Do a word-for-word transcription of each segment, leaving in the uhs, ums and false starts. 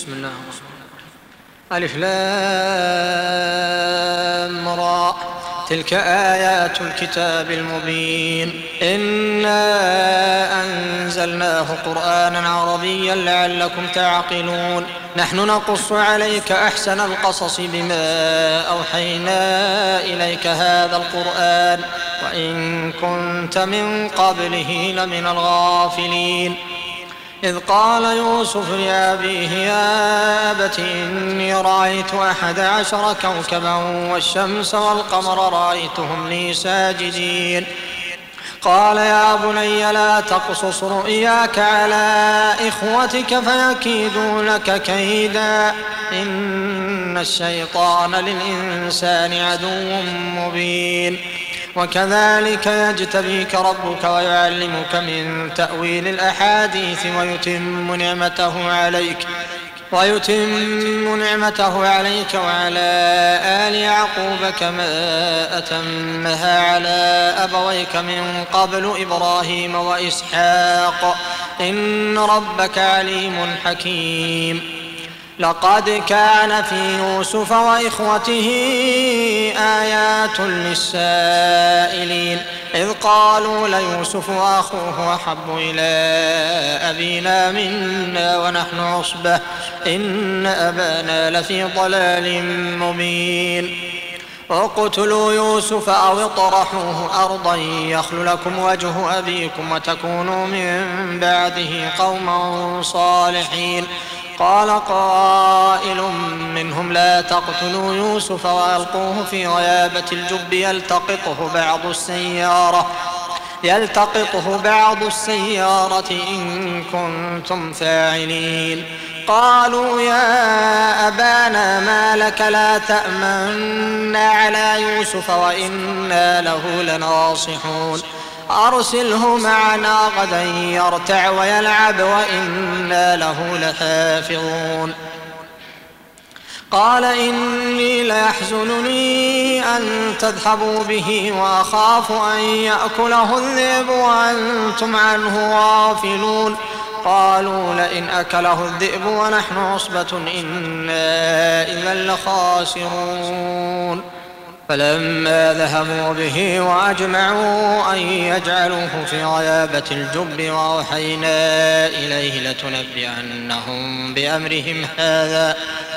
بسم الله الرحمن الرحيم. ألف لام را، تلك آيات الكتاب المبين. إنا أنزلناه قرآنا عربيا لعلكم تعقلون. نحن نقص عليك أحسن القصص بما أوحينا إليك هذا القرآن وإن كنت من قبله لمن الغافلين. إذ قال يوسف لأبيه يا أبت إني رأيت أحد عشر كوكبا والشمس والقمر رأيتهم لي ساجدين. قال يا بني لا تقصص رؤياك على إخوتك فيكيدوا لك كيدا إن الشيطان للإنسان عدو مبين. وكذلك يجتبيك ربك ويعلمك من تأويل الأحاديث ويتم نعمته عليك ويتم نعمته عليك وعلى آل يعقوب كما أتمها على أبويك من قبل إبراهيم وإسحاق إن ربك عليم حكيم. لقد كان في يوسف وإخوته آيات للسائلين إذ قالوا ليوسف وأخوه أحب إلى أبينا منا ونحن عصبة إن أبانا لفي ضلال مبين. اقتلوا يوسف أو اطرحوه أرضا يخل لكم وجه أبيكم وتكونوا من بعده قوما صالحين. قال قائل منهم لا تقتلوا يوسف وألقوه في غيابة الجب يلتقطه بعض السيارة يلتقطه بعض السيارة إن كنتم فاعلين. قالوا يا أبانا ما لك لا تأمنا على يوسف وإنا له لناصحون أرسله معنا غدا يرتع ويلعب وإنا له لحافظون. قال إني ليحزنني أن تذهبوا به وأخاف أن يأكله الذئب وأنتم عنه غافلون. قالوا لئن أكله الذئب ونحن عصبة إنا إذا لخاسرون. فلما ذهبوا به وأجمعوا أن يجعلوه في غيابة الجب وأوحينا إليه لتنبئنهم بأمرهم هذا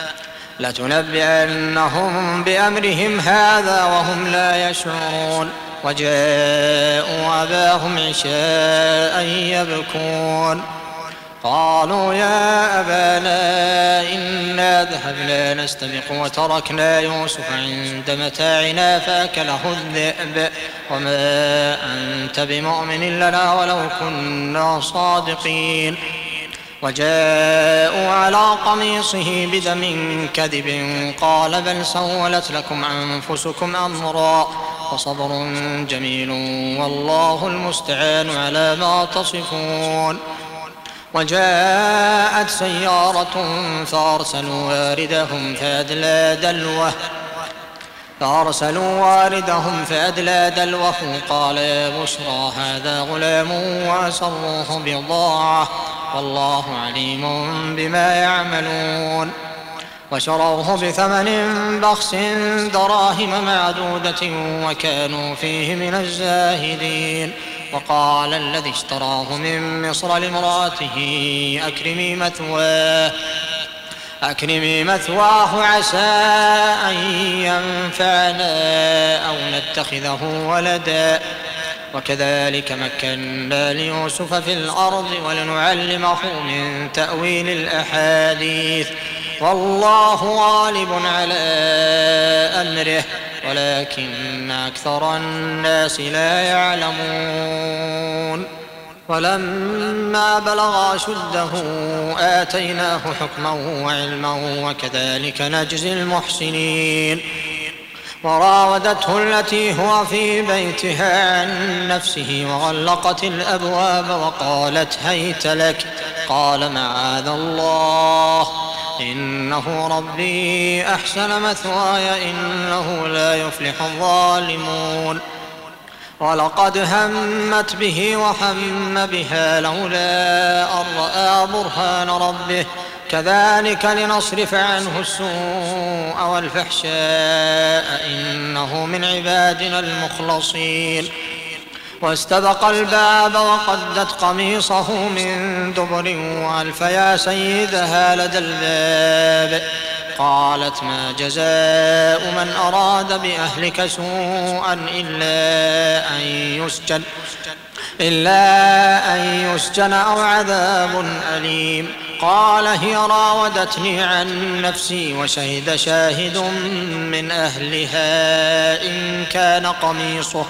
لتنبئنهم بأمرهم هذا وهم لا يشعرون. وجاءوا أباهم عشاء يبكون. قالوا يا أبانا إنا ذهبنا نستبق وتركنا يوسف عند متاعنا فأكله الذئب وما أنت بمؤمن لنا ولو كنا صادقين. وجاءوا على قميصه بدم كذب قال بل سولت لكم أنفسكم أمرا فصبر جميل والله المستعان على ما تصفون. وجاءت سيارة فأرسلوا واردهم فأدلى دلوه فأرسلوا واردهم فأدلى دلوه قال يا بشرى هذا غلام وأسروه بضاعة والله عليم بما يعملون. وشروه بثمن بخس دراهم معدودة وكانوا فيه من الزاهدين. وقال الذي اشتراه من مصر لامرأته أكرمي مثواه أكرمي مثواه عسى أن ينفعنا أو نتخذه ولدا. وكذلك مكنا ليوسف في الأرض ولنعلمه من تأويل الأحاديث والله غالب على أمره ولكن أكثر الناس لا يعلمون. ولما بلغ أشده آتيناه حكما وعلما وكذلك نجزي المحسنين. وراودته التي هو في بيتها عن نفسه وغلقت الأبواب وقالت هيت لك قال معاذ الله إنه ربي أحسن مثواي إنه لا يفلح الظالمون. ولقد همت به وهم بها لولا أن رأى برهان ربه كذلك لنصرف عنه السوء والفحشاء إنه من عبادنا المخلصين. واستبق الباب وقدت قميصه من دبر وألف يا سيدها لدى الباب. قالت ما جزاء من أراد بأهلك سوءا إلا أن يسجن إلا أن يسجن أو عذاب أليم. قال هي راودتني عن نفسي وشهد شاهد من أهلها إن كان قميصه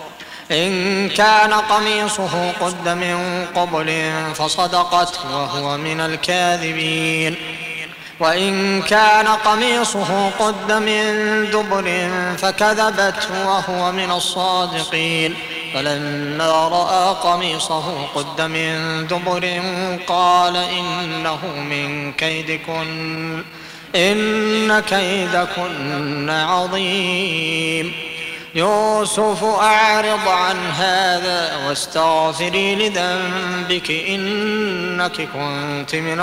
إن كان قميصه قد من قبل فصدقت وهو من الكاذبين وإن كان قميصه قد من دبر فكذبت وهو من الصادقين. فلما رأى قميصه قد من دبر قال إنه من كيدكن إن كيدكن عظيم. يوسف أعرض عن هذا واستغفري لذنبك إنك كنت من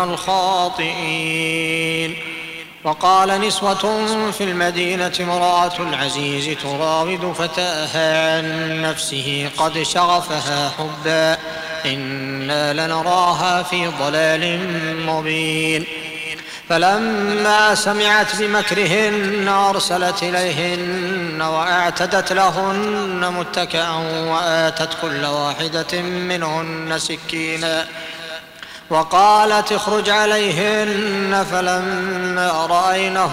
الخاطئين. وقال نسوة في المدينة امرأة العزيز تراود فتاها عن نفسه قد شغفها حبا إنا لنراها في ضلال مبين. فلما سمعت بمكرهن أرسلت إليهن وأعتدت لهن متكئا وآتت كل واحدة منهن سكينا وقالت اخرج عليهن. فلما رأينه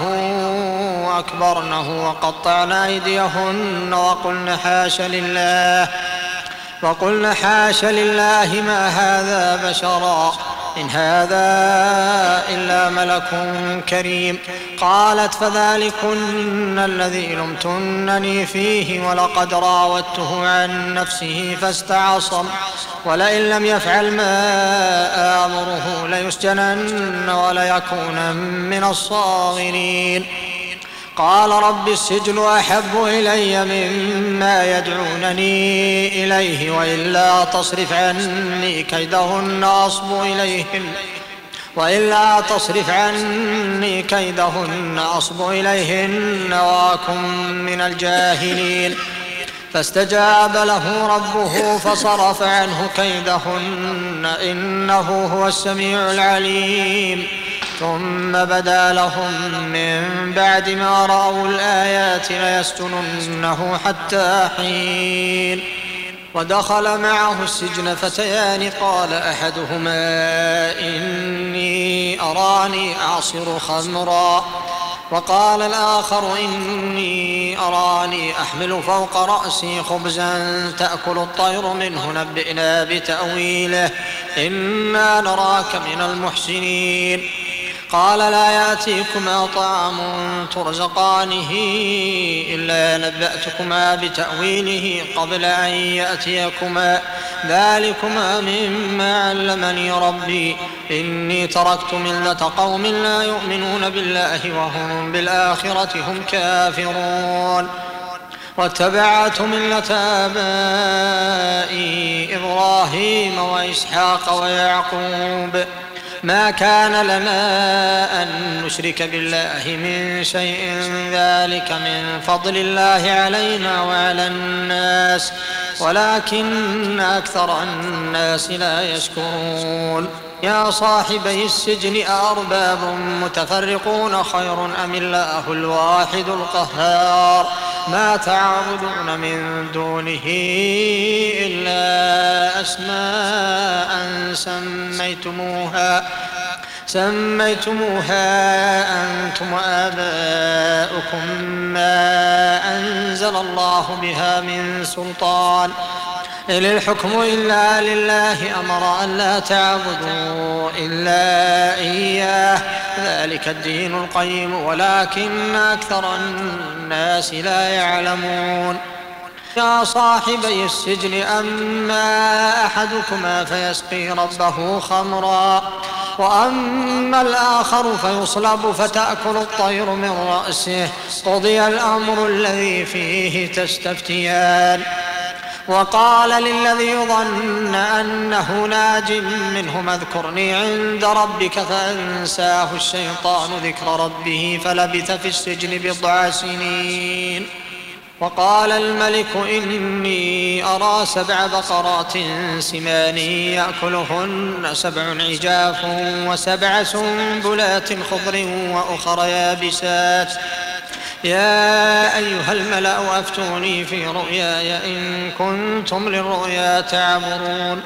أكبرنه وقطعن أيديهن وقلن حاش لله وقلن حاش لله ما هذا بشرا إن هذا إلا ملك كريم. قالت فذلكن الذي لمتنني فيه ولقد راودته عن نفسه فاستعصم ولئن لم يفعل ما آمره ليسجنن وليكون من الصاغرين. قال رب السجن أحب إلي مما يدعونني إليه وإلا تصرف عني كيدهن أصب إليهن وإلا تصرف عني كيدهن أصب إليهن وأكن من الجاهلين. فاستجاب له ربه فصرف عنه كيدهن إنه هو السميع العليم. ثم بدا لهم من بعد ما رأوا الآيات ليسجننه حتى حين. ودخل معه السجن فتيان قال أحدهما إني أراني أعصر خمرا وقال الآخر إني أراني أحمل فوق رأسي خبزا تأكل الطير منه نبئنا بتأويله إنا نراك من المحسنين. قال لا يأتيكما طعام ترزقانه إلا نبأتكما بتأويله قبل أن يأتيكما ذلكما مما علمني ربي إني تركت ملة قوم لا يؤمنون بالله وهم بالآخرة هم كافرون واتبعت ملة آبائي إبراهيم وإسحاق ويعقوب ما كان لنا أن نشرك بالله من شيء ذلك من فضل الله علينا وعلى الناس ولكن أكثر الناس لا يشكرون. يا صاحبي السجن أأرباب متفرقون خير أم الله الواحد القهار ما تعبدون من دونه إلا أسماء سميتموها سميتموها أنتم وآباؤكم ما أنزل الله بها من سلطان إن الحكم إلا لله أمر أن لا تعبدوا إلا إياه ذلك الدين القيم ولكن أكثر الناس لا يعلمون. يا صاحبي السجن أما أحدكما فيسقي ربه خمرا وأما الآخر فيصلب فتأكل الطير من رأسه قضي الأمر الذي فيه تستفتيان وقال للذي ظن أنه ناج منهم اذكرني عند ربك فأنساه الشيطان ذكر ربه فلبث في السجن بضع سنين. وقال الملك إني أرى سبع بقرات سمان يأكلهن سبع عجاف وسبع سنبلات خضر وأخر يابسات يا أيها الملأ أفتوني في رؤياي إن كنتم للرؤيا تعبرون.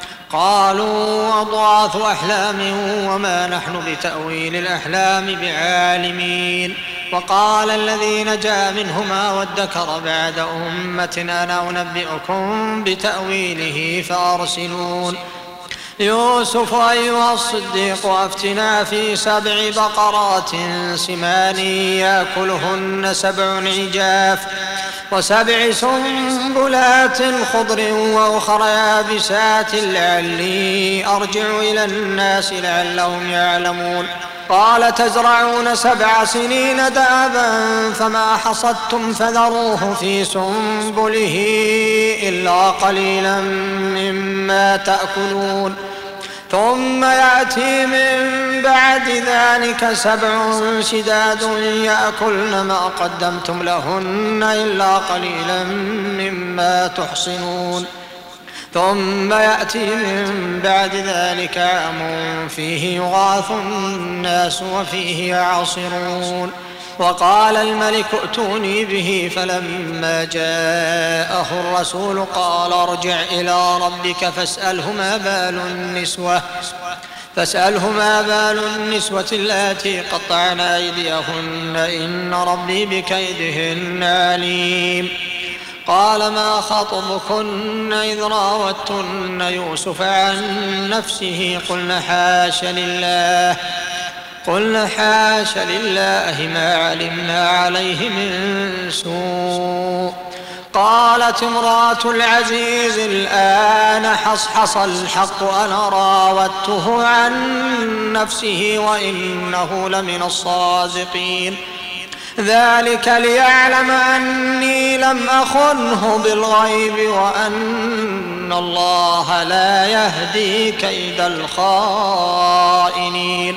قالوا أضغاث أحلام وما نحن بتأويل الأحلام بعالمين. وقال الذي نجا منهما وادكر بعد أمة أنا أنبئكم بتأويله فأرسلون. يوسف أيها الصديق أفتنا في سبع بقرات سمان يأكلهن سبع عجاف وسبع سنبلات خضر وأخر يابسات لعلي أرجع إلى الناس لعلهم يعلمون. قال تزرعون سبع سنين دابا فما حصدتم فذروه في سنبله إلا قليلا مما تأكلون ثم يأتي من بعد ذلك سبع شداد يأكلن ما قدمتم لهن إلا قليلا مما تحصنون ثم يأتي من بعد ذلك عام فيه يغاث الناس وفيه يعصرون. وقال الملك ائتوني به فلما جاءه الرسول قال ارجع إلى ربك فاسأله ما بال النسوة فاسأله ما بال النسوة اللاتي قطعن أيديهن إن ربي بكيدهن عليم. قال ما خطبكن إذ راوتن يوسف عن نفسه قلن حاش لله قلن حاش لله ما علمنا عليه من سوء. قالت امرأة العزيز الآن حصحص الحق أنا راودته عن نفسه وإنه لمن الصادقين ذلك ليعلم أني لم أخنه بالغيب وأن الله لا يهدي كيد الخائنين.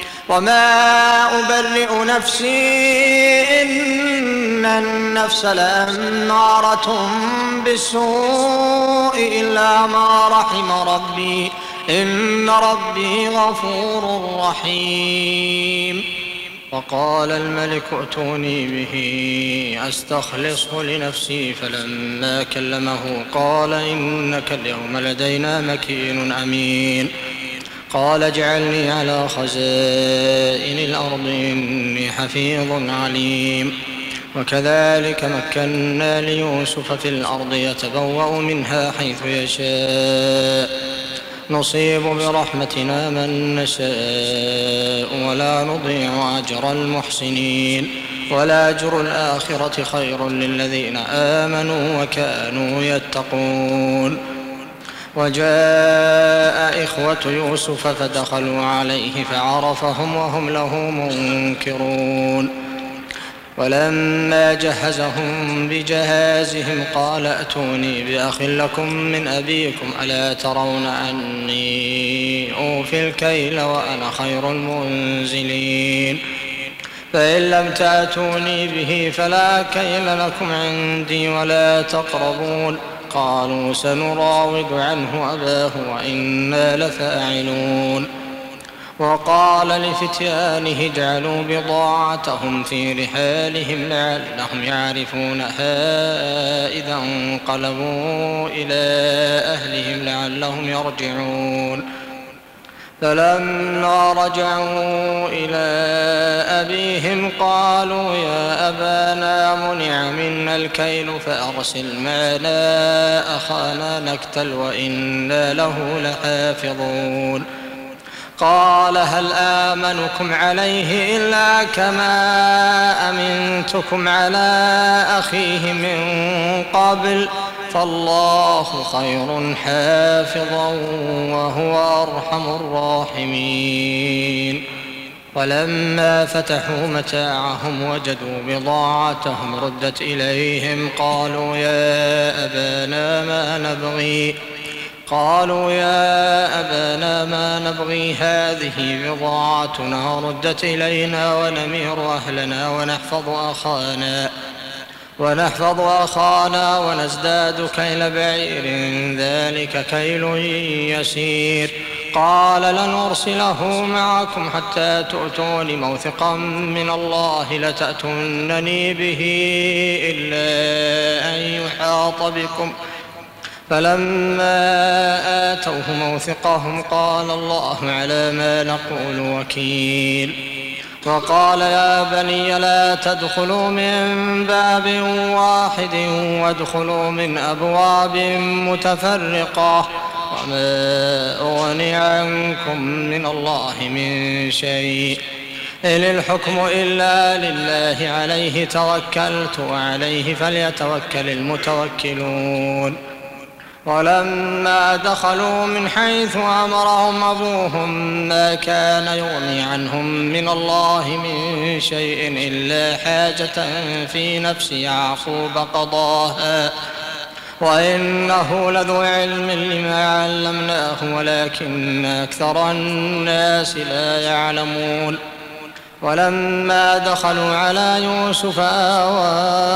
وما أبرئ نفسي إن النفس لأمارة بالسوء إلا ما رحم ربي إن ربي غفور رحيم. وقال الملك ائتوني به أستخلصه لنفسي فلما كلمه قال إنك اليوم لدينا مكين أمين. قال اجعلني على خزائن الأرض إني حفيظ عليم. وكذلك مكنا ليوسف في الأرض يتبوأ منها حيث يشاء نصيب برحمتنا من نشاء ولا نضيع أجر المحسنين ولأجر الآخرة خير للذين آمنوا وكانوا يتقون. وجاء إخوة يوسف فدخلوا عليه فعرفهم وهم له منكرون. ولما جهزهم بجهازهم قال ائتوني بأخ لكم من أبيكم ألا ترون أني أوفي الكيل وأنا خير المنزلين فإن لم تأتوني به فلا كيل لكم عندي ولا تقربون. قالوا سنراود عنه أباه وإنا لفاعلون. وقال لفتيانه اجعلوا بضاعتهم في رحالهم لعلهم يعرفونها إذا انقلبوا إلى أهلهم لعلهم يرجعون. فلما رجعوا إلى أبيهم قالوا يا أبانا منع منا الكيل فأرسل معنا أخانا نكتل وإنا له لحافظون. قال هل آمنكم عليه إلا كما أمنتكم على أخيه من قبل فالله خير حافظا وهو أرحم الراحمين. ولما فتحوا متاعهم وجدوا بضاعتهم ردت إليهم قالوا يا أبانا ما نبغي قالوا يا أبانا ما نبغي هذه بضاعتنا ردت إلينا ونمير أهلنا ونحفظ أخانا ونحفظ أخانا ونزداد كيل بعير ذلك كيل يسير. قال لنرسله معكم حتى تؤتون موثقا من الله لتأتونني به إلا أن يحاط بكم. فلما آتوه موثقهم قال الله على ما نقول وكيل. وقال يا بني لا تدخلوا من باب واحد وادخلوا من أبواب متفرقة وما أغني عنكم من الله من شيء إن الحكم إلا لله عليه توكلت وعليه فليتوكل المتوكلون. ولما دخلوا من حيث أمرهم أبوهم ما كان يغني عنهم من الله من شيء إلا حاجة في نفس يعقوب قضاها وإنه لذو علم لما علمناه ولكن أكثر الناس لا يعلمون. ولما دخلوا على يوسف آوى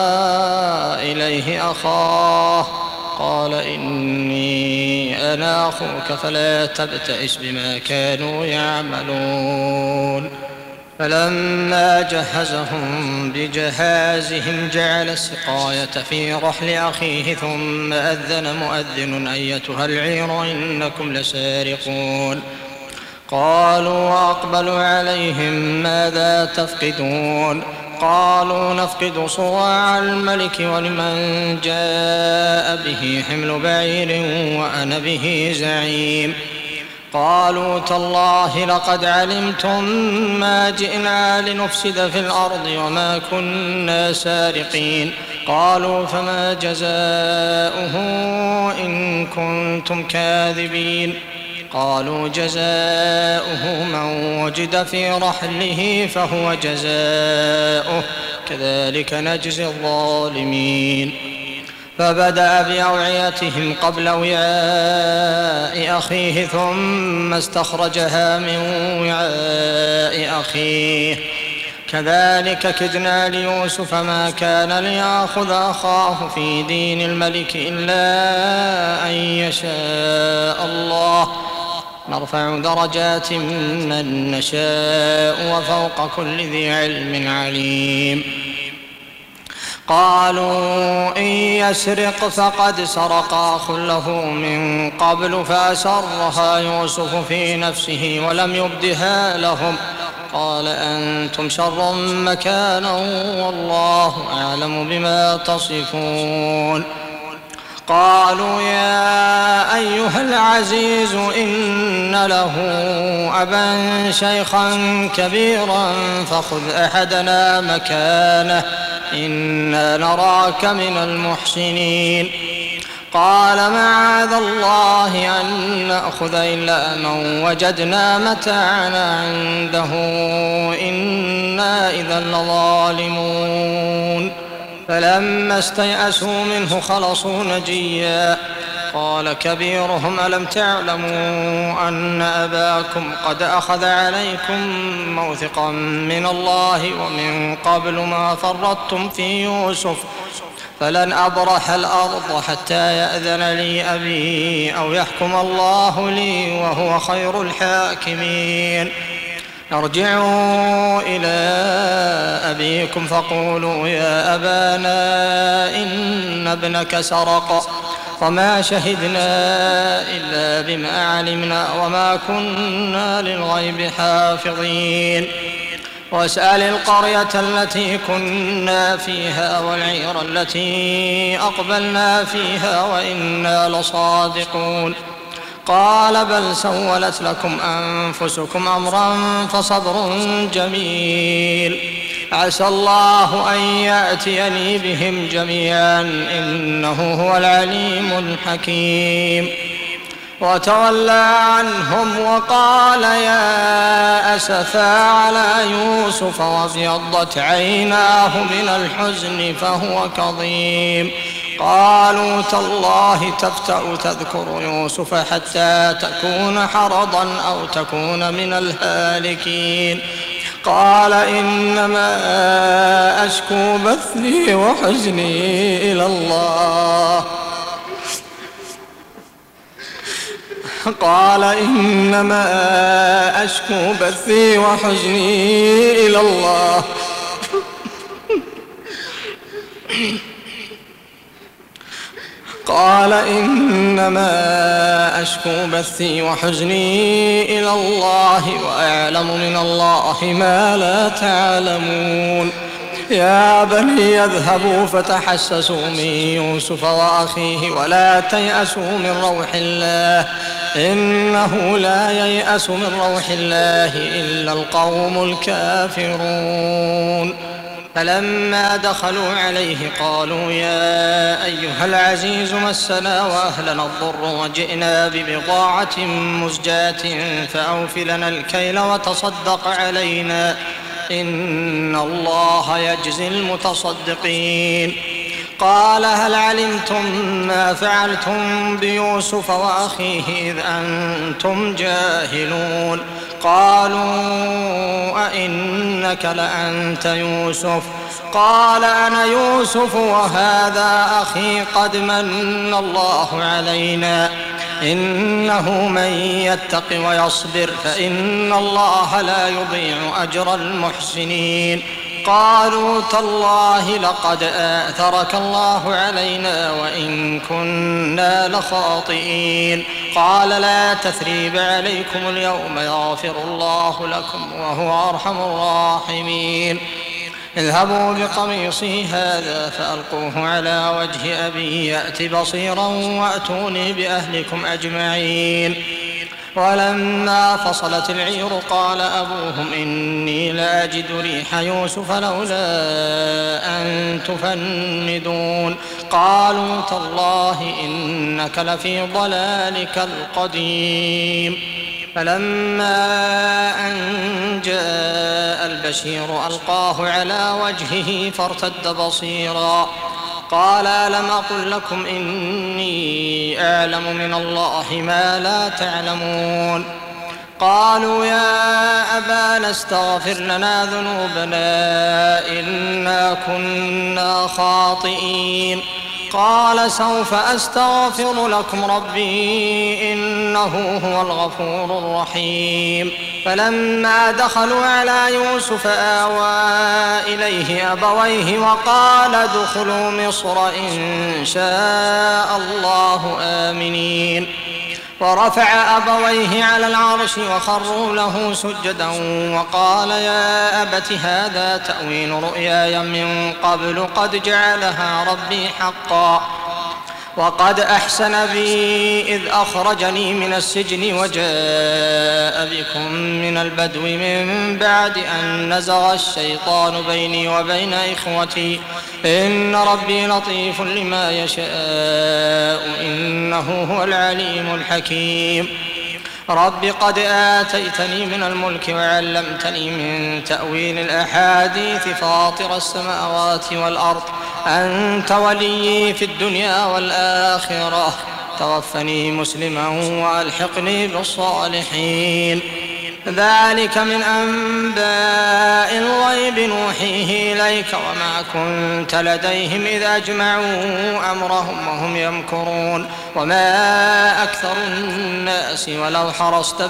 إليه أخاه قال إني أنا أخوك فلا تبتئس بما كانوا يعملون. فلما جهزهم بجهازهم جعل السقاية في رحل أخيه ثم أذن مؤذن أيتها العير إنكم لسارقون. قالوا وأقبلوا عليهم ماذا تفقدون قالوا نفقد صواع الملك ولمن جاء به حمل بعير وأنا به زعيم. قالوا تالله لقد علمتم ما جئنا لنفسد في الأرض وما كنا سارقين. قالوا فما جزاؤه إن كنتم كاذبين. قالوا جزاؤه من وجد في رحله فهو جزاؤه كذلك نجزي الظالمين. فبدأ بأوعيتهم قبل وعاء أخيه ثم استخرجها من وعاء أخيه كذلك كدنا ليوسف ما كان ليأخذ أخاه في دين الملك إلا أن يشاء الله نرفع درجات من نشاء وفوق كل ذي علم عليم. قالوا إن يسرق فقد سرق أخ له من قبل فأسرها يوسف في نفسه ولم يبدها لهم قال أنتم شر مكانا والله أعلم بما تصفون. قالوا يا أيها العزيز إن له أبا شيخا كبيرا فخذ أحدنا مكانه إنا نراك من المحسنين. قال معاذ الله أن نأخذ إلا من وجدنا متاعنا عنده إنا إذا لظالمون. فلما استيأسوا منه خلصوا نجيا. قال كبيرهم ألم تعلموا أن أباكم قد أخذ عليكم موثقا من الله ومن قبل ما فرطتم في يوسف فلن أبرح الأرض حتى يأذن لي أبي أو يحكم الله لي وهو خير الحاكمين. ارجعوا إلى أبيكم فقولوا يا أبانا إن ابنك سرق وما شهدنا إلا بما علمنا وما كنا للغيب حافظين. واسأل القرية التي كنا فيها والعير التي أقبلنا فيها وإنا لصادقون. قال بل سولت لكم أنفسكم أمرا فصبر جميل عسى الله أن يأتيني بهم جميعا إنه هو العليم الحكيم. وتولى عنهم وقال يا أسفا على يوسف وابيضت عيناه من الحزن فهو كظيم. قالوا تالله تفتأ تذكر يوسف حتى تكون حرضا أو تكون من الهالكين. قال إنما أشكو بثي وحزني إلى الله قال إنما أشكو بثي وحزني إلى الله قال إنما أشكو بثي وحزني إلى الله وأعلم من الله ما لا تعلمون. يا بني اذهبوا فتحسسوا من يوسف وأخيه ولا تيأسوا من روح الله إنه لا ييأس من روح الله إلا القوم الكافرون. فلما دخلوا عليه قالوا يا أيها العزيز مسنا وأهلنا الضر وجئنا ببضاعة مزجاة فأوف لنا الكيل وتصدق علينا إن الله يجزي المتصدقين. قال هل علمتم ما فعلتم بيوسف وأخيه إذ أنتم جاهلون؟ قالوا أئنك لأنت يوسف؟ قال أنا يوسف وهذا أخي قد من الله علينا إنه من يتق ويصبر فإن الله لا يضيع أجر المحسنين. قالوا تالله لقد آثرك الله علينا وإن كنا لخاطئين. قال لا تثريب عليكم اليوم يغفر الله لكم وهو أرحم الراحمين. اذهبوا بقميصي هذا فألقوه على وجه أبي يأت بصيرا وأتوني بأهلكم أجمعين. ولما فصلت العير قال أبوهم إني لأجد ريح يوسف لولا أن تفندون. قالوا تالله إنك لفي ضلالك القديم. فلما أن جاء البشير ألقاه على وجهه فارتد بصيرا قال ألم أقل لكم إني أعلم من الله ما لا تعلمون؟ قالوا يا أبانا استغفر لنا ذنوبنا إنا كنا خاطئين. قال سوف أستغفر لكم ربي إنه هو الغفور الرحيم. فلما دخلوا على يوسف آوى إليه أبويه وقال ادخلوا مصر إن شاء الله آمنين. ورفع أبويه على العرش وخروا له سجدا وقال يا أبت هذا تأويل رؤياي من قبل قد جعلها ربي حقا وقد أحسن بي إذ أخرجني من السجن وجاء بكم من البدو من بعد أن نزغ الشيطان بيني وبين إخوتي إن ربي لطيف لما يشاء إنه هو العليم الحكيم. رب قد آتيتني من الملك وعلمتني من تأويل الأحاديث فاطر السماوات والأرض أنت ولي في الدنيا والآخرة توفني مسلما وألحقني بالصالحين. ذلك من أنباء الغيب نوحيه إليك وما كنت لديهم إذ أجمعوا أمرهم وهم يمكرون وما أكثر الناس ولو حرصت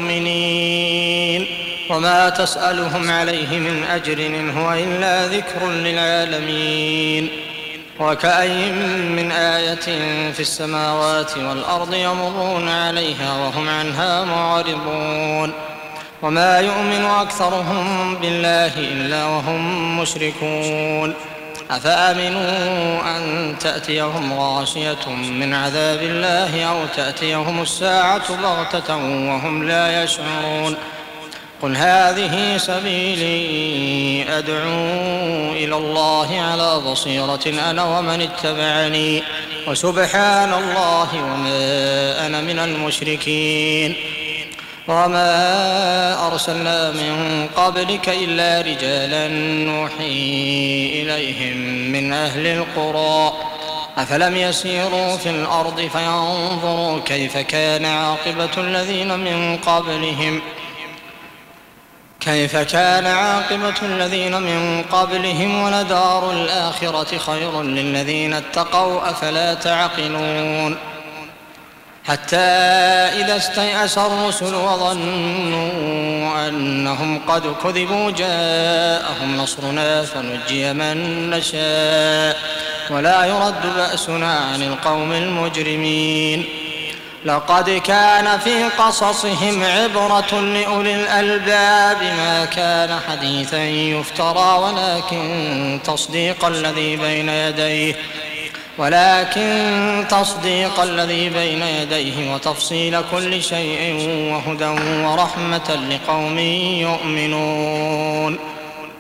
بمؤمنين وما تسألهم عليه من أجر إن هو إلا ذكر للعالمين. وكأي من آية في السماوات والأرض يمرون عليها وهم عنها معرضون وما يؤمن أكثرهم بالله إلا وهم مشركون. أفأمنوا أن تأتيهم غاشية من عذاب الله أو تأتيهم الساعة بغتة وهم لا يشعرون. قل هذه سبيلي أدعو إلى الله على بصيرة أنا ومن اتبعني وسبحان الله وما أنا من المشركين. وما أرسلنا من قبلك إلا رجالا نوحي إليهم من أهل القرى أفلم يسيروا في الأرض فينظروا كيف كان عاقبة الذين من قبلهم كيف كان عاقبة الذين من قبلهم ولدار الآخرة خير للذين اتقوا أفلا تعقلون. حتى إذا استيأس الرسل وظنوا أنهم قد كذبوا جاءهم نصرنا فنجي من نشاء ولا يرد بأسنا عن القوم المجرمين. لقد كان في قصصهم عبرة لأولي الألباب ما كان حديثا يفترى ولكن تصديق الذي بين يديه ولكن تصديق الذي بين يديه وتفصيل كل شيء وهدى ورحمة لقوم يؤمنون.